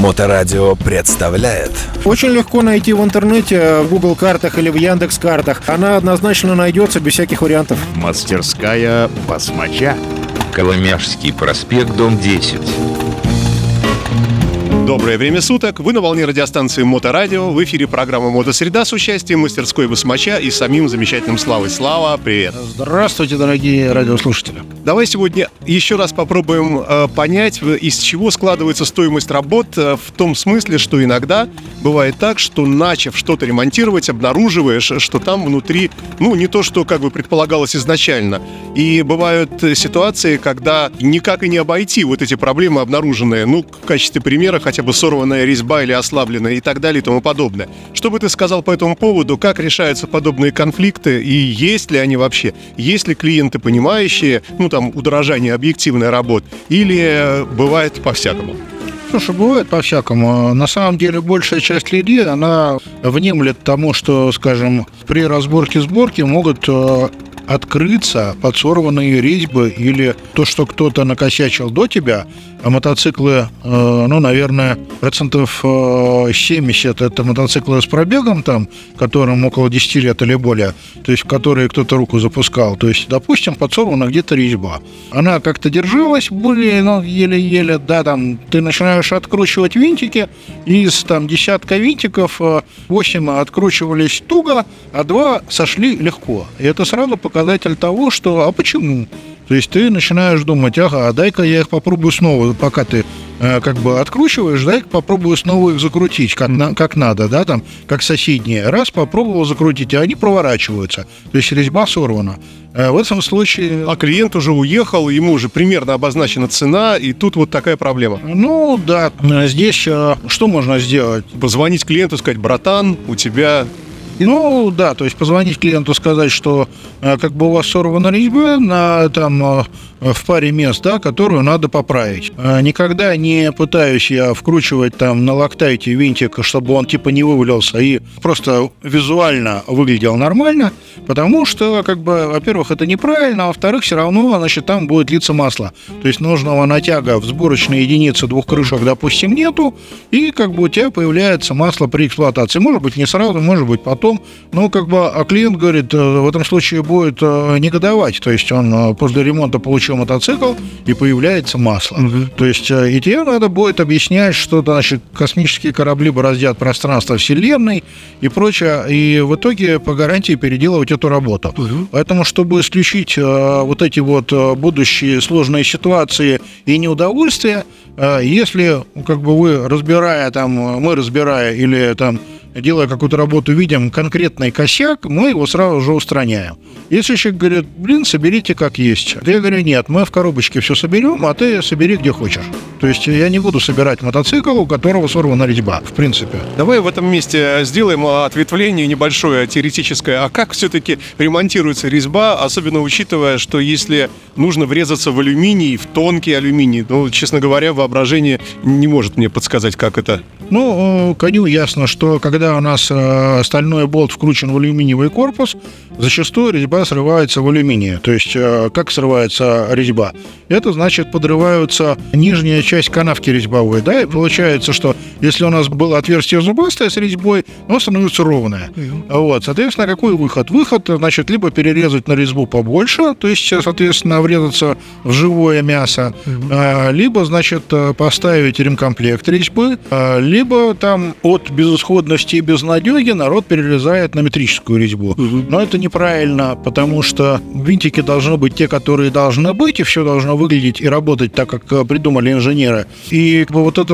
Моторадио представляет. Очень легко найти в интернете, в Google картах или в Яндекс картах. Она однозначно найдется без всяких вариантов. Мастерская басмача. Коломяжский проспект, дом 10. Доброе время суток. Вы на волне радиостанции Моторадио. В эфире программа «Мотосреда» с участием мастерской басмача и самим замечательным Славой. Слава, привет. Здравствуйте, дорогие радиослушатели. Давай сегодня еще раз попробуем понять, из чего складывается стоимость работ, в том смысле, что иногда бывает так, что, начав что-то ремонтировать, обнаруживаешь, что там внутри, не то, что как бы предполагалось изначально. И бывают ситуации, когда никак и не обойти вот эти проблемы обнаруженные. В качестве примера хотя бы сорванная резьба или ослабленная и так далее и тому подобное. Что бы ты сказал по этому поводу? Как решаются подобные конфликты? И есть ли они вообще? Есть ли клиенты, понимающие, удорожание объективной работ? Или бывает по-всякому? Слушай, бывает по-всякому. На самом деле, большая часть людей, она внемлет тому, что, скажем, при разборке-сборке могут открыться подсорванные резьбы или то, что кто-то накосячил до тебя, а мотоциклы, наверное, процентов 70 это мотоциклы с пробегом там, которым около 10 лет или более, то есть в которые кто-то руку запускал. То есть, допустим, подсорвана где-то резьба. Она как-то держалась более, еле-еле, ты начинаешь откручивать винтики, из десятка винтиков 8 откручивались туго, а 2 сошли легко. И это сразу показатель того, что, а почему? То есть ты начинаешь думать, дай-ка я их попробую снова, пока ты откручиваешь, дай-ка попробую снова их закрутить, как надо, как соседние. Раз попробовал закрутить, а они проворачиваются. То есть резьба сорвана. В этом случае... А клиент уже уехал, ему уже примерно обозначена цена, и тут вот такая проблема. Здесь что можно сделать? Позвонить клиенту, сказать: братан, у тебя... то есть позвонить клиенту, сказать, что у вас сорвана резьба в паре мест, которую надо поправить. Никогда не пытаюсь я вкручивать на локтайте винтик, чтобы он не вывалился и просто визуально выглядел нормально, потому что, во-первых, это неправильно, а во-вторых, все равно, там будет литься масло. То есть нужного натяга в сборочной единице 2 крышек, допустим, нету, и у тебя появляется масло при эксплуатации. Может быть, не сразу, может быть, потом, а клиент говорит, в этом случае будет негодовать. То есть он после ремонта получил мотоцикл, и появляется масло. То есть и тебе надо будет объяснять, что космические корабли бороздят пространство Вселенной и прочее, и в итоге по гарантии переделывать эту работу. Поэтому, чтобы исключить вот эти будущие сложные ситуации и неудовольствия, если вы мы разбирая или делая какую-то работу, видим конкретный косяк, мы его сразу же устраняем. Если человек говорит, соберите как есть. Я говорю, нет, мы в коробочке все соберем, а ты собери где хочешь. То есть я не буду собирать мотоцикл, у которого сорвана резьба, в принципе. Давай в этом месте сделаем ответвление небольшое, теоретическое. А как все-таки ремонтируется резьба, особенно учитывая, что если нужно врезаться в алюминий, в тонкий алюминий, честно говоря, воображение не может мне подсказать, как это. Коню ясно, что когда у нас стальной болт вкручен в алюминиевый корпус, зачастую резьба срывается в алюминии. То есть, как срывается резьба? Это значит, подрываются нижняя часть канавки резьбовой, и получается, что если у нас было отверстие зубастое с резьбой, оно становится ровное. Соответственно, какой выход? Выход, либо перерезать на резьбу побольше, то есть, соответственно, врезаться в живое мясо, либо, поставить ремкомплект резьбы, либо от безысходности и безнадеги народ перерезает на метрическую резьбу. Но это неправильно, потому что винтики должны быть те, которые должны быть, и все должно выглядеть и работать так, как придумали инженеры. И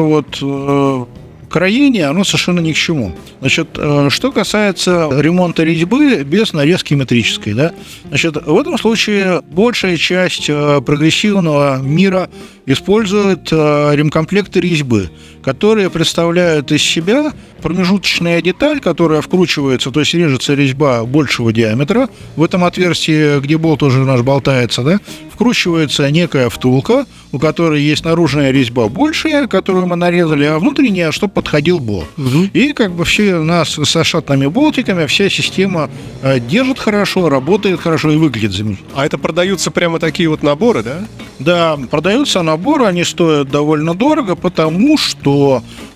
кроение, оно совершенно ни к чему. Что касается ремонта резьбы без нарезки метрической, в этом случае большая часть прогрессивного мира использует ремкомплекты резьбы, которые представляют из себя промежуточная деталь, которая вкручивается, то есть режется резьба большего диаметра. В этом отверстии, где болт уже наш болтается, вкручивается некая втулка, у которой есть наружная резьба большая, которую мы нарезали, а внутренняя, чтобы подходил болт. И все у нас со шатными болтиками вся система держит хорошо, работает хорошо и выглядит замечательно. А это продаются прямо такие наборы, да? Да, продаются наборы, они стоят довольно дорого, потому что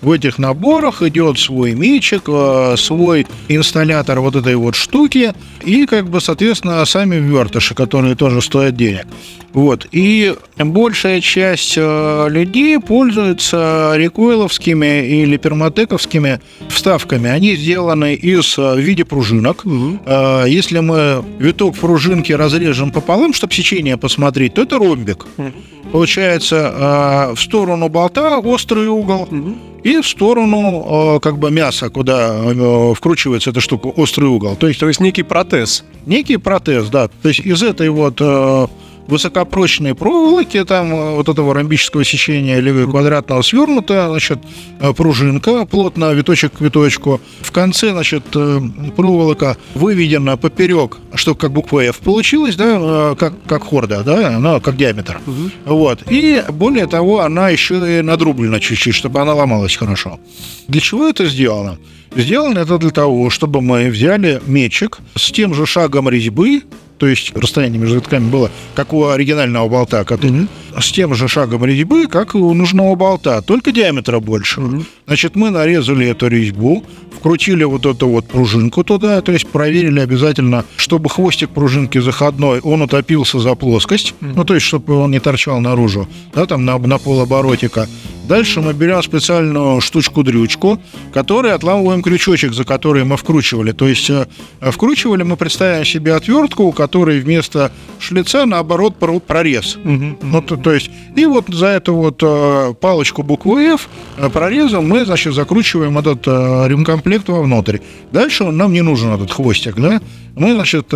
в этих наборах идет свой мечик, свой инсталлятор вот этой вот штуки и, как бы, соответственно, сами ввертыши, которые тоже стоят денег. Вот. И большая часть людей пользуются рекойловскими или пермотековскими вставками. Они сделаны в виде пружинок. Если мы виток пружинки разрежем пополам, чтобы сечение посмотреть, то это ромбик. Получается, в сторону болта острый угол, и в сторону как бы мяса, куда вкручивается эта штука, острый угол. То есть некий протез. Некий протез, да. То есть из этой вот высокопрочной проволоки, там вот этого ромбического сечения или квадратного свернута, значит, пружинка, плотно виточек к виточку. В конце, значит, проволока выведена поперек, чтобы как буква F получилась, да, как хорда, да, она как диаметр. Вот. И более того, она еще и надрублена чуть-чуть, чтобы она ломалась хорошо. Для чего это сделано? Сделано это для того, чтобы мы взяли мечик с тем же шагом резьбы, то есть расстояние между витками было как у оригинального болта, с тем же шагом резьбы, как и у нужного болта, только диаметра больше. Значит, мы нарезали эту резьбу, вкрутили вот эту вот пружинку туда, то есть проверили обязательно, чтобы хвостик пружинки заходной, он утопился за плоскость, ну, то есть, чтобы он не торчал наружу, да, там на полоборотика. Дальше мы берем специальную штучку-дрючку, которой отламываем крючочек, за который мы вкручивали. То есть вкручивали мы, представим себе отвертку, у которой вместо шлица, наоборот, прорез. Ну, то есть, и вот за эту вот палочку буквы F прорезом мы, значит, закручиваем этот ремкомплект вовнутрь. Дальше нам не нужен этот хвостик, да? Мы, значит,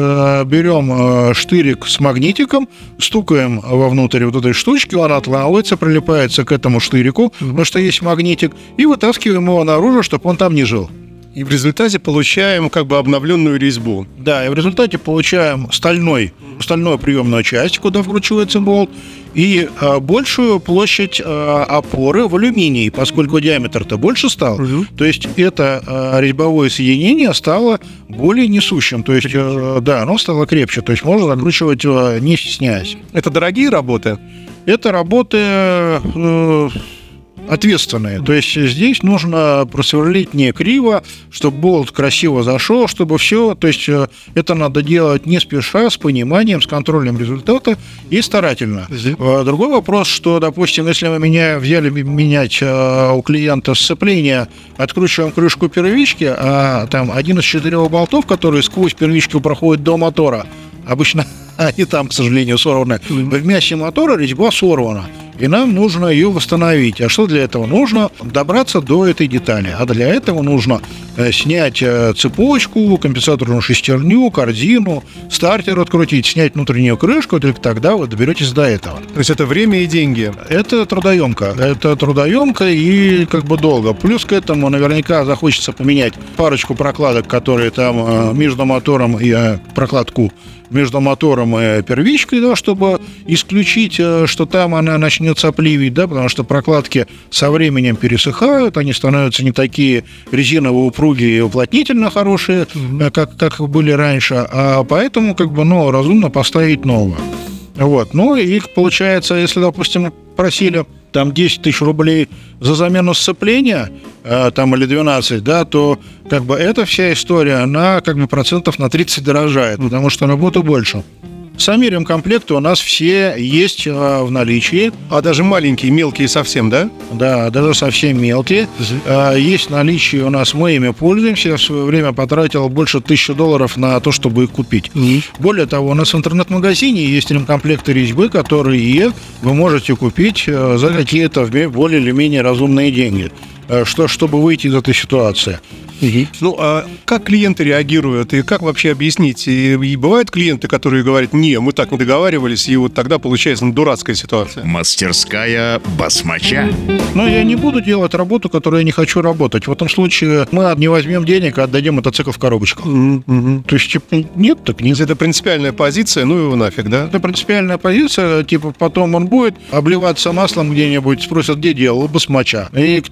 берем штырик с магнитиком, стукаем вовнутрь вот этой штучки, он отламывается, прилипается к этому штырику, потому что есть магнитик, и вытаскиваем его наружу, чтобы он там не жил. И в результате получаем как бы обновленную резьбу. Да, и в результате получаем стальную приемную часть, куда вкручивается болт, и большую площадь опоры в алюминии, поскольку диаметр-то больше стал. То есть это резьбовое соединение стало более несущим. То есть, да, оно стало крепче. То есть можно закручивать, не стесняясь. Это дорогие работы? Это работы ответственные. То есть здесь нужно просверлить не криво, чтобы болт красиво зашел, чтобы все. То есть это надо делать не спеша, с пониманием, с контролем результата и старательно. Другой вопрос, что, допустим, если мы взяли менять у клиента сцепление, откручиваем крышку первички, а там один из 4 болтов, который сквозь первичку проходит до мотора, обычно они там, к сожалению, сорваны. В мясе мотора резьба сорвана, и нам нужно ее восстановить. А что для этого нужно? Добраться до этой детали. А для этого нужно снять цепочку, компенсаторную шестерню, корзину, стартер открутить, снять внутреннюю крышку, и только тогда вы доберетесь до этого. То есть это время и деньги? Это трудоемко. Это трудоемко и как бы долго. Плюс к этому наверняка захочется поменять парочку прокладок, которые там между мотором и прокладку между мотором и первичкой, да, чтобы исключить, что там она начнет сопливить, да, потому что прокладки со временем пересыхают, они становятся не такие резиново упругие и уплотнительно хорошие, как были раньше, а поэтому как бы, разумно поставить новое. Вот. Ну, и получается, если, допустим, просили там 10 тысяч рублей за замену сцепления, там, или 12, да, то как бы эта вся история, она как бы процентов на 30 дорожает, потому что работы больше. Сами ремкомплекты у нас все есть в наличии. А даже маленькие, мелкие совсем, да? Да, даже совсем мелкие. Есть в наличии у нас, мы ими пользуемся. Я в свое время потратил больше $1000 на то, чтобы их купить. Более того, у нас в интернет-магазине есть ремкомплекты резьбы, которые вы можете купить за какие-то более или менее разумные деньги, чтобы выйти из этой ситуации. Ну, а как клиенты реагируют? И как вообще объяснить? И бывают клиенты, которые говорят: не, мы так не договаривались, и вот тогда получается дурацкая ситуация. Мастерская басмача. Но я не буду делать работу, которую я не хочу работать. В этом случае мы не возьмем денег, а отдадим мотоцикл в коробочку. То есть, типа, нет, так нет. Это принципиальная позиция, ну его нафиг, да? Это принципиальная позиция, типа, потом он будет обливаться маслом где-нибудь, спросят, где делал, басмача. И кто там будет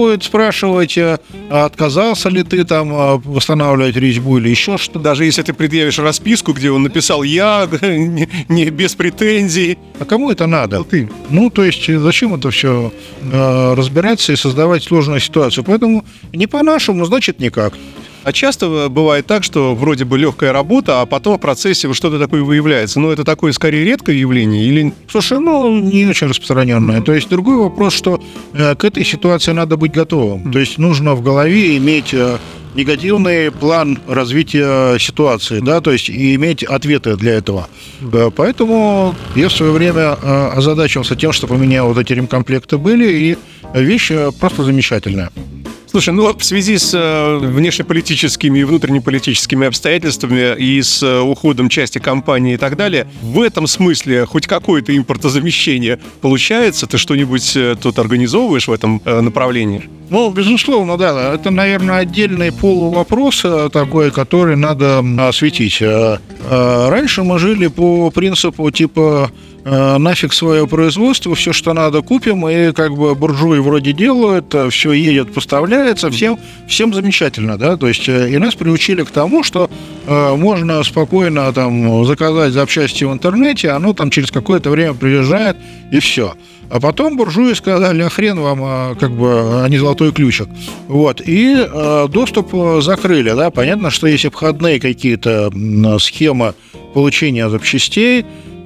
будет спрашивать, отказался ли ты там восстанавливать резьбу или еще что-то. Даже если ты предъявишь расписку, где он написал «я», не без претензий. А кому это надо? Ты. Ну, то есть, зачем это все разбираться и создавать сложную ситуацию? Поэтому не по-нашему, значит, никак. А часто бывает так, что вроде бы легкая работа, а потом в процессе что-то такое выявляется. Но это такое скорее редкое явление или... Слушай, не очень распространенное. То есть другой вопрос, что к этой ситуации надо быть готовым. То есть нужно в голове иметь негативный план развития ситуации, да, то есть и иметь ответы для этого. Поэтому я в свое время озадачился тем, чтобы у меня вот эти ремкомплекты были, и вещь просто замечательная. Слушай, в связи с внешнеполитическими и внутреннеполитическими обстоятельствами и с уходом части компании и так далее, в этом смысле хоть какое-то импортозамещение получается? Ты что-нибудь тут организовываешь в этом направлении? Безусловно, да. Это, наверное, отдельный полувопрос такой, который надо осветить. Раньше мы жили по принципу типа нафиг свое производство, все, что надо, купим, и как бы буржуи вроде делают, все едет, поставляется, всем замечательно, да, то есть и нас приучили к тому, что можно спокойно там заказать запчасти в интернете, оно там через какое-то время приезжает, и все. А потом буржуи сказали, а хрен вам, а не золотой ключик. Вот. И доступ закрыли, да. Понятно, что есть обходные какие-то схемы получения запчастей,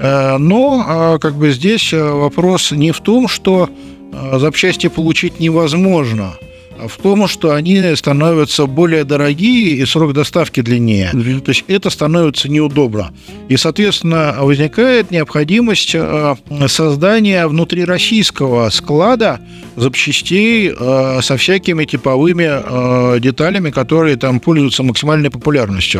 но здесь вопрос не в том, что запчасти получить невозможно, а в том, что они становятся более дорогие и срок доставки длиннее. То есть это становится неудобно. И, соответственно, возникает необходимость создания внутрироссийского склада запчастей со всякими типовыми деталями, которые там пользуются максимальной популярностью.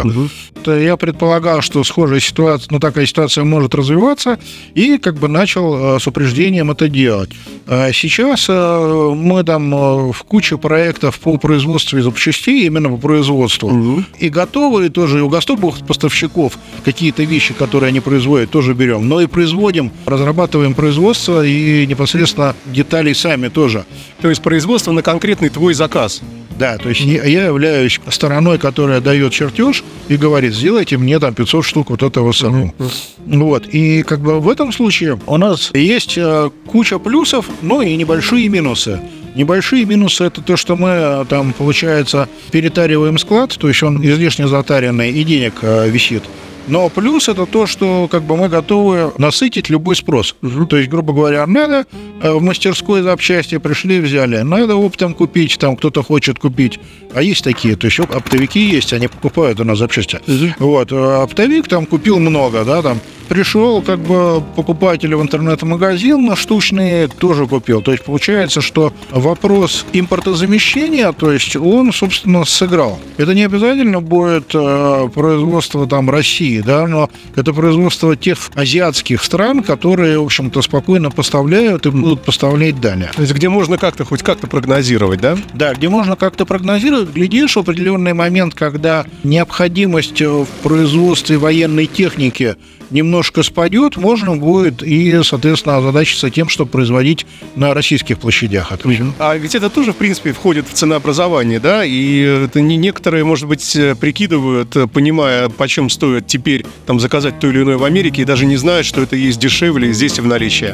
Я предполагал, что схожая ситуация, такая ситуация может развиваться, и начал с упреждением это делать. Сейчас мы там в куче проектов по производству запчастей, именно по производству. И готовые тоже, и у готовых поставщиков какие-то вещи, которые они производят, тоже берем. Но и производим, разрабатываем производство и непосредственно детали сами тоже. То есть производство на конкретный твой заказ? Да, то есть я являюсь стороной, которая дает чертеж и говорит, сделайте мне там 500 штук вот этого самого. Вот, и в этом случае у нас есть куча плюсов, но и небольшие минусы. Небольшие минусы – это то, что мы там, получается, перетариваем склад, то есть он излишне затаренный и денег висит. Но плюс это то, что мы готовы насытить любой спрос. То есть, грубо говоря, надо в мастерской запчасти пришли, взяли. Надо оптом купить, там кто-то хочет купить. А есть такие, то есть оптовики есть, они покупают у нас запчасти. Вот, оптовик там купил много, да, там пришел покупатель в интернет-магазин штучный, тоже купил. То есть получается, что вопрос импортозамещения, то есть он, собственно, сыграл. Это не обязательно будет производство там России, да, но это производство тех азиатских стран, которые, в общем-то, спокойно поставляют и будут поставлять далее. То есть где можно хоть как-то прогнозировать, да? Да, где можно как-то прогнозировать, глядишь, в определенный момент, когда необходимость в производстве военной техники немножко спадет, можно будет и, соответственно, озадачиться тем, чтобы производить на российских площадях. А ведь это тоже, в принципе, входит в ценообразование, да? И это некоторые, может быть, прикидывают, понимая, почем стоит теперь там заказать то или иное в Америке, и даже не знают, что это есть дешевле здесь и в наличии.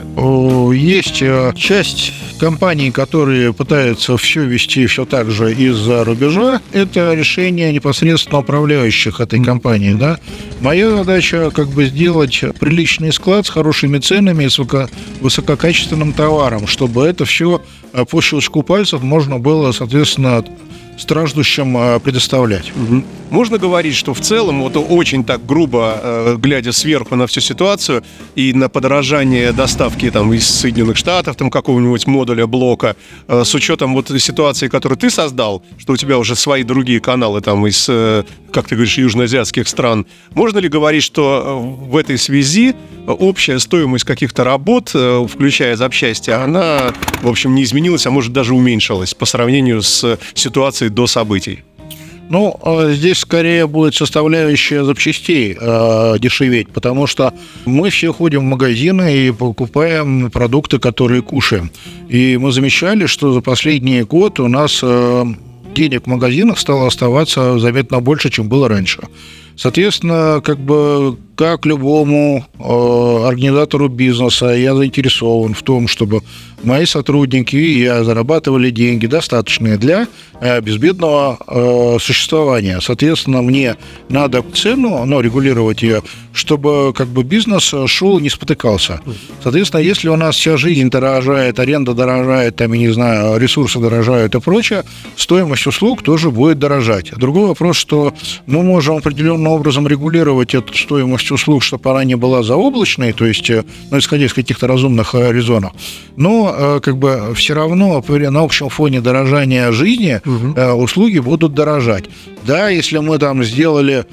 Есть часть компаний, которые пытаются все вести все так же из-за рубежа. Это решение непосредственно управляющих этой компании, да? Моя задача сделать приличный склад с хорошими ценами и с высококачественным товаром, чтобы это все по щелчку пальцев можно было, соответственно, страждущим предоставлять. Можно говорить, что в целом, очень так грубо, глядя сверху на всю ситуацию и на подорожание доставки там из Соединенных Штатов, там какого-нибудь модуля блока, с учетом ситуации, которую ты создал, что у тебя уже свои другие каналы там из, как ты говоришь, южноазиатских стран, можно ли говорить, что в этой связи общая стоимость каких-то работ, включая запчасти, она, в общем, не изменилась, а может даже уменьшилась по сравнению с ситуацией до событий? Ну, здесь скорее будет составляющая запчастей дешеветь, потому что мы все ходим в магазины и покупаем продукты, которые кушаем. И мы замечали, что за последний год у нас денег в магазинах стало оставаться заметно больше, чем было раньше. Соответственно, как любому организатору бизнеса, я заинтересован в том, чтобы мои сотрудники и я зарабатывали деньги, достаточные для безбедного существования. Соответственно, мне надо цену, регулировать ее, чтобы бизнес шел и не спотыкался. Соответственно, если у нас вся жизнь дорожает, аренда дорожает, ресурсы дорожают и прочее, стоимость услуг тоже будет дорожать. Другой вопрос, что мы можем определенным образом регулировать эту стоимость услуг, чтобы она не была заоблачной, то есть, исходя из каких-то разумных резонов. Но, все равно на общем фоне дорожания жизни услуги будут дорожать. Да, если мы сделали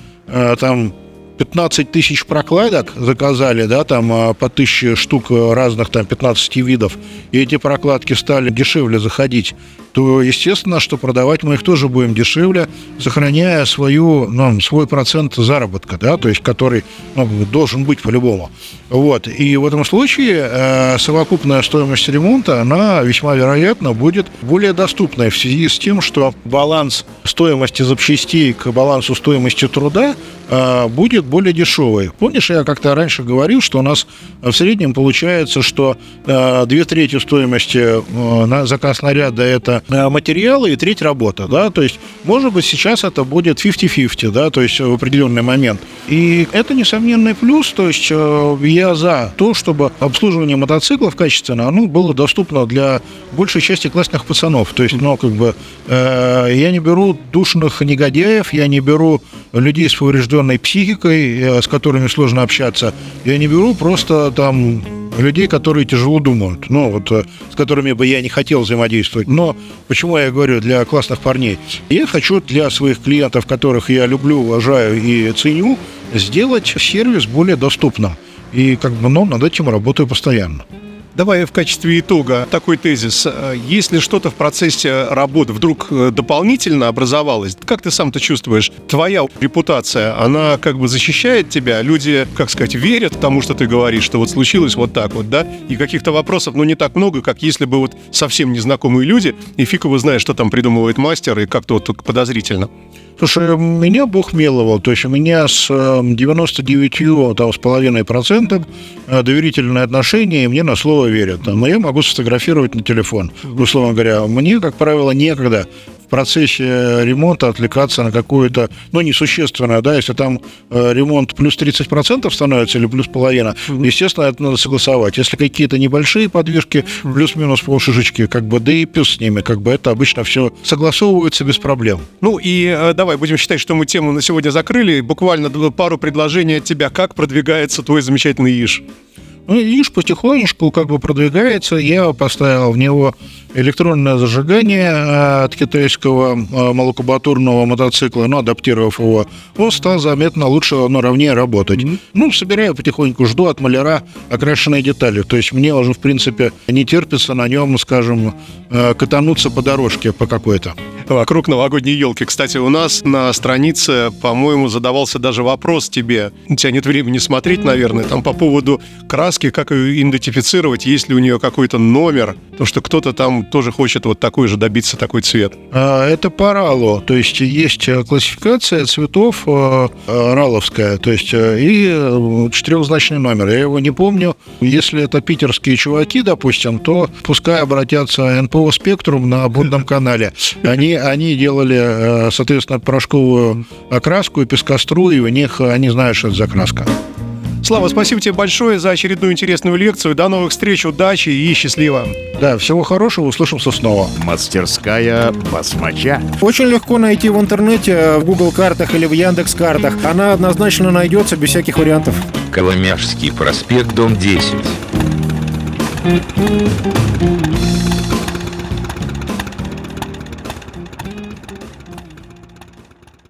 15 тысяч прокладок, заказали, по 1000 штук разных 15 видов, и эти прокладки стали дешевле заходить, то, естественно, что продавать мы их тоже будем дешевле, сохраняя свой процент заработка, то есть, который должен быть по-любому. И в этом случае совокупная стоимость ремонта, она весьма вероятно будет более доступной в связи с тем, что баланс стоимости запчастей к балансу стоимости труда будет более дешевый. Помнишь, я как-то раньше говорил, что у нас в среднем получается, что 2/3 стоимости на заказ наряда — это материалы и треть работа, то есть, может быть, сейчас это будет 50-50, то есть в определенный момент. И это несомненный плюс, то есть я за то, чтобы обслуживание мотоциклов качественно, было доступно для большей части классных пацанов, то есть, я не беру душных негодяев, я не беру людей с поврежденной психикой, с которыми сложно общаться, я не беру просто людей, которые тяжело думают, с которыми бы я не хотел взаимодействовать. Но почему я говорю для классных парней? Я хочу для своих клиентов, которых я люблю, уважаю и ценю, сделать сервис более доступным. И над этим работаю постоянно. Давай в качестве итога такой тезис. Если что-то в процессе работы вдруг дополнительно образовалось, как ты сам-то чувствуешь? Твоя репутация, она защищает тебя? Люди, верят тому, что ты говоришь, что случилось так, И каких-то вопросов, не так много, как если бы совсем незнакомые люди, и фиг его знает, что там придумывает мастер, и как-то подозрительно. Слушай, меня Бог миловал, то есть у меня с 99,5% доверительные отношения, и мне на слово верят. Но я могу сфотографировать на телефон. Условно говоря, мне, как правило, некогда в процессе ремонта отвлекаться на какое-то, несущественное, если там ремонт плюс 30% становится или плюс половина, естественно, это надо согласовать. Если какие-то небольшие подвижки, плюс-минус полшишечки, да и пес с ними, это обычно все согласовывается без проблем. Давай будем считать, что мы тему на сегодня закрыли. Буквально пару предложений от тебя. Как продвигается твой замечательный ИШ? ИШ потихонечку продвигается. Я поставил в него электронное зажигание от китайского малокубатурного мотоцикла, адаптировав его, он стал заметно лучше, ровнее работать. Собираю потихоньку, жду от маляра окрашенные детали. То есть мне уже, в принципе, не терпится на нем, катануться по дорожке по какой-то. Вокруг новогодней елки. Кстати, у нас на странице, по-моему, задавался даже вопрос тебе. У тебя нет времени смотреть, наверное, там по поводу краски, как ее идентифицировать, есть ли у нее какой-то номер, то что кто-то там тоже хочет такой же добиться, такой цвет. Это по RAL, то есть есть классификация цветов раловская, то есть и 4-значный номер. Я его не помню. Если это питерские чуваки, допустим, то пускай обратятся НПО «Спектрум» на Будном канале. Они делали, соответственно, порошковую окраску и пескостру, и у них они знают, что это за краска. Слава, спасибо тебе большое за очередную интересную лекцию. До новых встреч, удачи и счастливо. Да, всего хорошего, услышимся снова. Мастерская Басмача. Очень легко найти в интернете, в Google картах или в Яндекс картах. Она однозначно найдется без всяких вариантов. Коломяжский проспект, дом 10.